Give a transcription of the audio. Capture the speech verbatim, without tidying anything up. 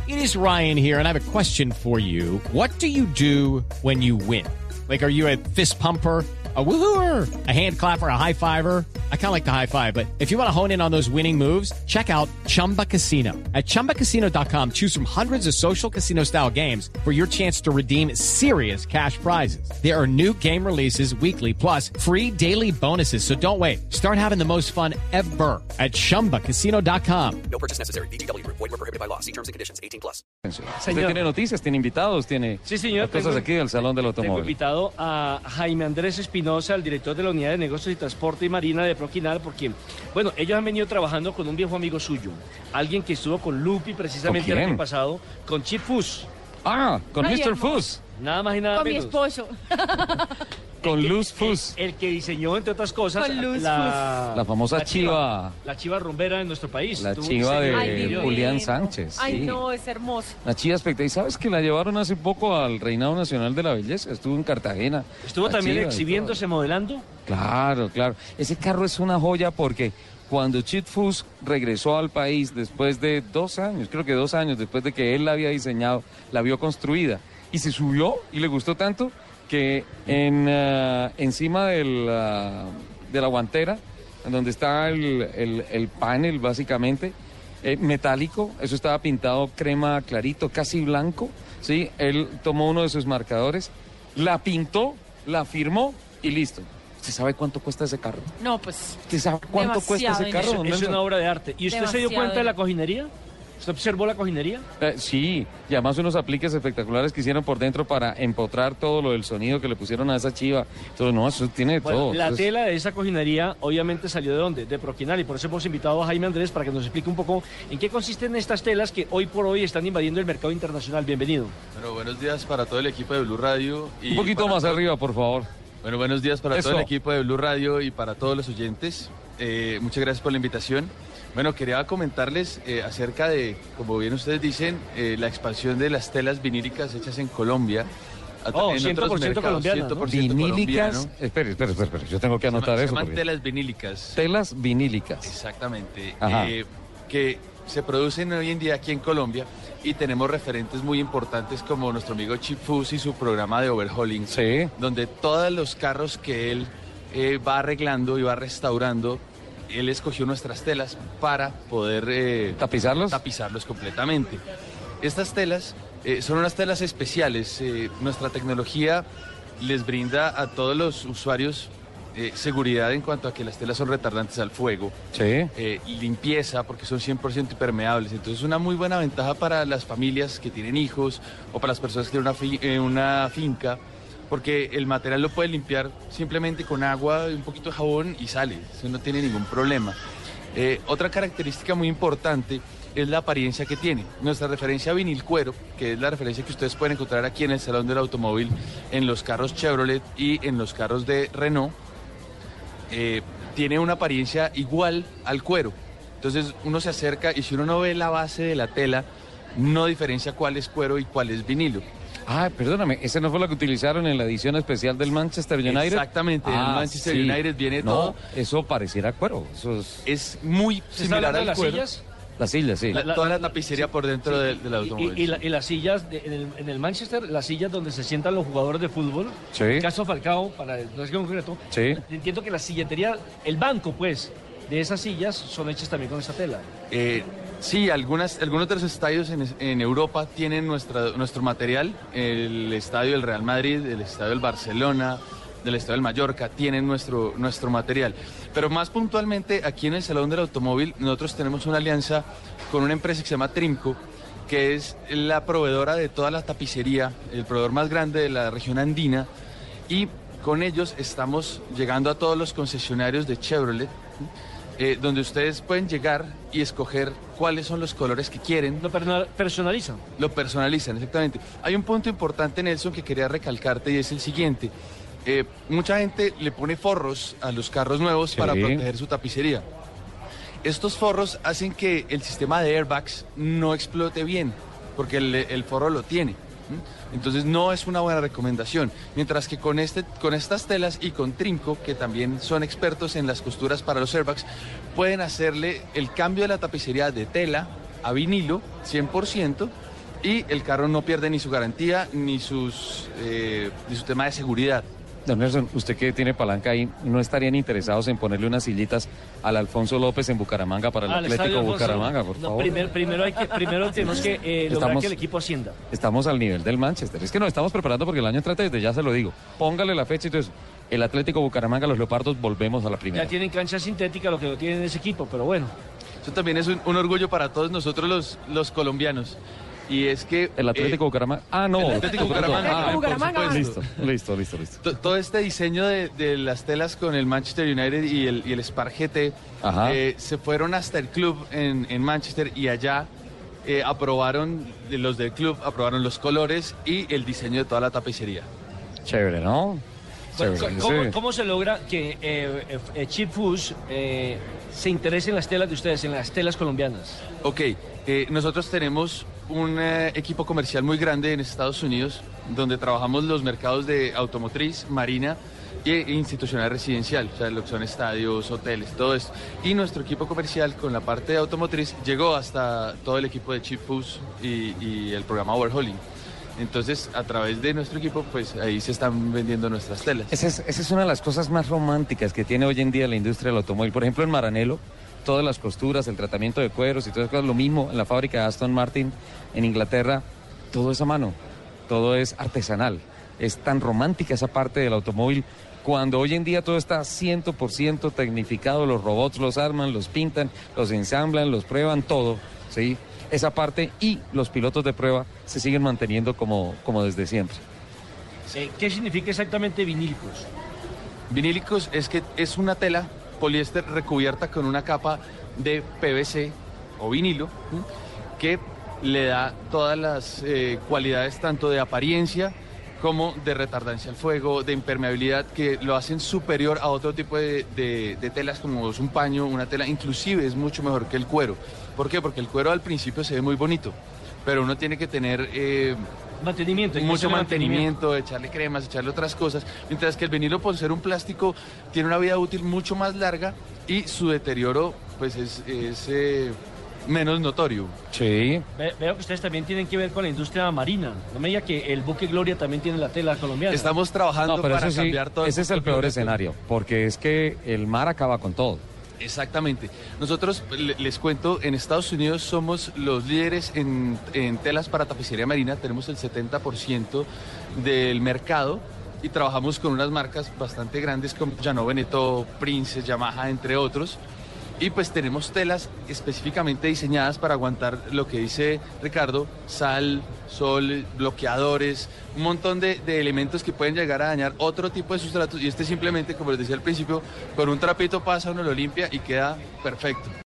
It is Ryan here, and I have a question for you. What do you do when you win? Like, are you a fist pumper, a woo-hooer, a hand clapper, a high fiver? I kind of like the high five, but if you want to hone in on those winning moves, check out Chumba Casino. At chumba casino dot com, choose from hundreds of social casino style games for your chance to redeem serious cash prizes. There are new game releases weekly, plus free daily bonuses. So don't wait. Start having the most fun ever at chumba casino dot com. No purchase necessary. V G W Group. Void where prohibited by law. See terms and conditions. eighteen plus. Usted tiene noticias, tiene invitados, tiene sí, señor, cosas tengo, aquí del Salón del Automóvil. Tengo invitado a Jaime Andrés Espinosa, el director de la Unidad de Negocios y Transporte y Marina de Proquinal, porque, bueno, ellos han venido trabajando con un viejo amigo suyo, alguien que estuvo con Lupi precisamente el año pasado, con Chip Foose. Ah, con Ay, mister hermoso. Foose. Nada más y nada Con menos. mi esposo. Con Luz Foose. El, el que diseñó, entre otras cosas, Con Luz la, La famosa la chiva. La chiva rumbera de nuestro país. La Tuvo chiva un de diseño Ay, maravilloso. Julián divino. Sánchez, Ay, sí. no, es hermoso. La chiva espectacular. ¿Y sabes que la llevaron hace poco al Reinado Nacional de la Belleza? Estuvo en Cartagena. Estuvo La también chiva y exhibiéndose, modelando. todo. Claro, claro. Ese carro es una joya porque cuando Chip Foose regresó al país después de dos años, creo que dos años después de que él la había diseñado, la vio construida y se subió y le gustó tanto que en, uh, encima del, uh, de la guantera, en donde está el, el, el panel básicamente, eh, metálico, eso estaba pintado crema clarito, casi blanco, ¿sí? Él tomó uno de sus marcadores, la pintó, la firmó y listo. ¿Usted sabe cuánto cuesta ese carro? No, pues. ¿Usted sabe cuánto cuesta ese Demasiado carro? Es, don es Nelson? una obra de arte. ¿Y usted se dio Demasiado cuenta de la bien. cojinería? ¿Usted observó la cojinería? Eh, sí, y además unos apliques espectaculares que hicieron por dentro para empotrar todo lo del sonido que le pusieron a esa chiva. Entonces, no, eso tiene de Bueno, todo. la Entonces, tela de esa cojinería obviamente salió de dónde? De Proquinal, y por eso hemos invitado a Jaime Andrés para que nos explique un poco en qué consisten estas telas que hoy por hoy están invadiendo el mercado internacional. Bienvenido. Bueno, buenos días para todo el equipo de Blue Radio. Y un poquito para más todo- arriba, por favor. Bueno, buenos días para Eso. todo el equipo de Blue Radio y para todos los oyentes. Eh, muchas gracias por la invitación. Bueno, quería comentarles eh, acerca de, como bien ustedes dicen, eh, la expansión de las telas vinílicas hechas en Colombia. a- Oh, en cien por ciento otros mercados, colombiana, ¿no? cien por ciento Vinílicas. colombiano. Espere, espere, espere, espere, yo tengo que Se llama- anotar se eso. llaman porque- telas vinílicas. Telas vinílicas. Exactamente. Ajá. eh, que se producen hoy en día aquí en Colombia y tenemos referentes muy importantes como nuestro amigo Chip Foose y su programa de overhauling. Sí. Donde todos los carros que él eh, va arreglando y va restaurando, él escogió nuestras telas para poder eh, ¿Tapizarlos? tapizarlos completamente. Estas telas eh, son unas telas especiales. eh, nuestra tecnología les brinda a todos los usuarios eh, seguridad en cuanto a que las telas son retardantes al fuego, Sí. eh, limpieza porque son cien por ciento impermeables. Entonces es una muy buena ventaja para las familias que tienen hijos o para las personas que tienen una, fi- eh, una finca, porque el material lo puede limpiar simplemente con agua y un poquito de jabón y sale, eso no tiene ningún problema. Eh, otra característica muy importante es la apariencia que tiene. Nuestra referencia vinil cuero, que es la referencia que ustedes pueden encontrar aquí en el Salón del Automóvil, en los carros Chevrolet y en los carros de Renault, eh, tiene una apariencia igual al cuero. Entonces uno se acerca y si uno no ve la base de la tela, no diferencia cuál es cuero y cuál es vinilo. Ah, perdóname, ¿ese no fue lo que utilizaron en la edición especial del Manchester United? Exactamente, en el Ah, Manchester sí. United viene no, todo. eso pareciera cuero. Eso es... Es muy ¿Se está similar hablando de al las cuero. sillas? La silla, sí. La- La- toda la la- tapicería sí, por dentro sí. del, del Y- automóvil. Y, y la- y las sillas de- en, el, en el Manchester, las sillas donde se sientan los jugadores de fútbol. Sí. En caso Falcao, para el no es que concreto. Sí. Entiendo que la silletería, el banco, pues, de esas sillas son hechas también con esta tela. Eh, sí, algunas, algunos de los estadios en, en Europa tienen nuestra, nuestro material. El estadio del Real Madrid, el estadio del Barcelona, del estadio del Mallorca, tienen nuestro, nuestro material. Pero más puntualmente, aquí en el Salón del Automóvil, nosotros tenemos una alianza con una empresa que se llama Trimco, que es la proveedora de toda la tapicería, el proveedor más grande de la región andina, y con ellos estamos llegando a todos los concesionarios de Chevrolet, eh, donde ustedes pueden llegar y escoger cuáles son los colores que quieren. Lo perna- personalizan. Lo personalizan, exactamente. Hay un punto importante, Nelson, que quería recalcarte y es el siguiente. Eh, mucha gente le pone forros a los carros nuevos Sí. para proteger su tapicería. Estos forros hacen que el sistema de airbags no explote bien, porque el, el forro lo tiene. ¿m? Entonces no es una buena recomendación. Mientras que con, este, con estas telas y con Trimco, que también son expertos en las costuras para los airbags, pueden hacerle el cambio de la tapicería de tela a vinilo, cien por ciento, y el carro no pierde ni su garantía ni, sus, eh, ni su tema de seguridad. Don Nelson, usted que tiene palanca ahí, ¿no estarían interesados en ponerle unas sillitas al Alfonso López en Bucaramanga para el Al Atlético estadio Bucaramanga, por No, favor? primer- primero, hay que, primero tenemos que eh, lograr Estamos- que el equipo ascienda. Estamos al nivel del Manchester. Es que nos estamos preparando porque el año entrante, desde ya se lo digo, póngale la fecha y todo eso. El Atlético Bucaramanga, los Leopardos, volvemos a la primera. Ya tienen cancha sintética, lo que no tienen ese equipo, pero bueno. Eso también es un, un orgullo para todos nosotros los, los colombianos. Y es que... El Atlético eh, Bucaramanga. Ah, no. el Atlético Bucaramanga, Ah, por Bucaramanga. supuesto. listo, listo, listo, listo. To- Todo este diseño de, de las telas con el Manchester United y el, y el Spar G T Ajá. eh, se fueron hasta el club en, en Manchester y allá eh, aprobaron, los del club aprobaron los colores y el diseño de toda la tapicería. Chévere, ¿no? Bueno, Chévere, ¿cómo, sí. cómo se logra que eh, eh, Chip Foose eh, se interese en las telas de ustedes, en las telas colombianas? Ok, eh, nosotros tenemos un eh, equipo comercial muy grande en Estados Unidos donde trabajamos los mercados de automotriz, marina e institucional residencial, o sea, lo que son estadios, hoteles, todo esto. Y nuestro equipo comercial con la parte de automotriz llegó hasta todo el equipo de Chip Foose y, y el programa Overhauling. Entonces, a través de nuestro equipo, pues ahí se están vendiendo nuestras telas. Esa es, esa es una de las cosas más románticas que tiene hoy en día la industria del automóvil. Por ejemplo, en Maranello, todas las costuras, el tratamiento de cueros y todas esas cosas, lo mismo en la fábrica de Aston Martin en Inglaterra, todo es a mano, todo es artesanal. Es tan romántica esa parte del automóvil, cuando hoy en día todo está cien por ciento tecnificado, los robots los arman, los pintan, los ensamblan, los prueban, todo, ¿sí? Esa parte y los pilotos de prueba se siguen manteniendo como, como desde siempre. Eh, ¿Qué significa exactamente vinílicos? Vinílicos es que es una tela poliéster recubierta con una capa de P V C o vinilo, ¿sí?, que le da todas las eh, cualidades tanto de apariencia como de retardancia al fuego, de impermeabilidad, que lo hacen superior a otro tipo de, de- de telas como es un paño, una tela, inclusive es mucho mejor que el cuero. ¿Por qué? Porque el cuero al principio se ve muy bonito, pero uno tiene que tener eh, Mantenimiento. hay que mucho hacerle mantenimiento, echarle cremas, echarle otras cosas, mientras que el vinilo, por ser un plástico, tiene una vida útil mucho más larga y su deterioro pues es, es, eh, menos notorio. Sí. Ve- veo que ustedes también tienen que ver con la industria marina. No me diga que el buque Gloria también tiene la tela colombiana. Estamos trabajando No, pero para eso sí, cambiar todo. ese es el peor escenario, porque es que el mar acaba con todo. Exactamente. Nosotros, le- les cuento, en Estados Unidos somos los líderes en, en telas para tapicería marina. Tenemos el setenta por ciento del mercado y trabajamos con unas marcas bastante grandes como Llano Veneto, Princess, Yamaha, entre otros. Y pues tenemos telas específicamente diseñadas para aguantar lo que dice Ricardo: sal, sol, bloqueadores, un montón de, de elementos que pueden llegar a dañar otro tipo de sustratos. Y este simplemente, como les decía al principio, con un trapito pasa, uno lo limpia y queda perfecto.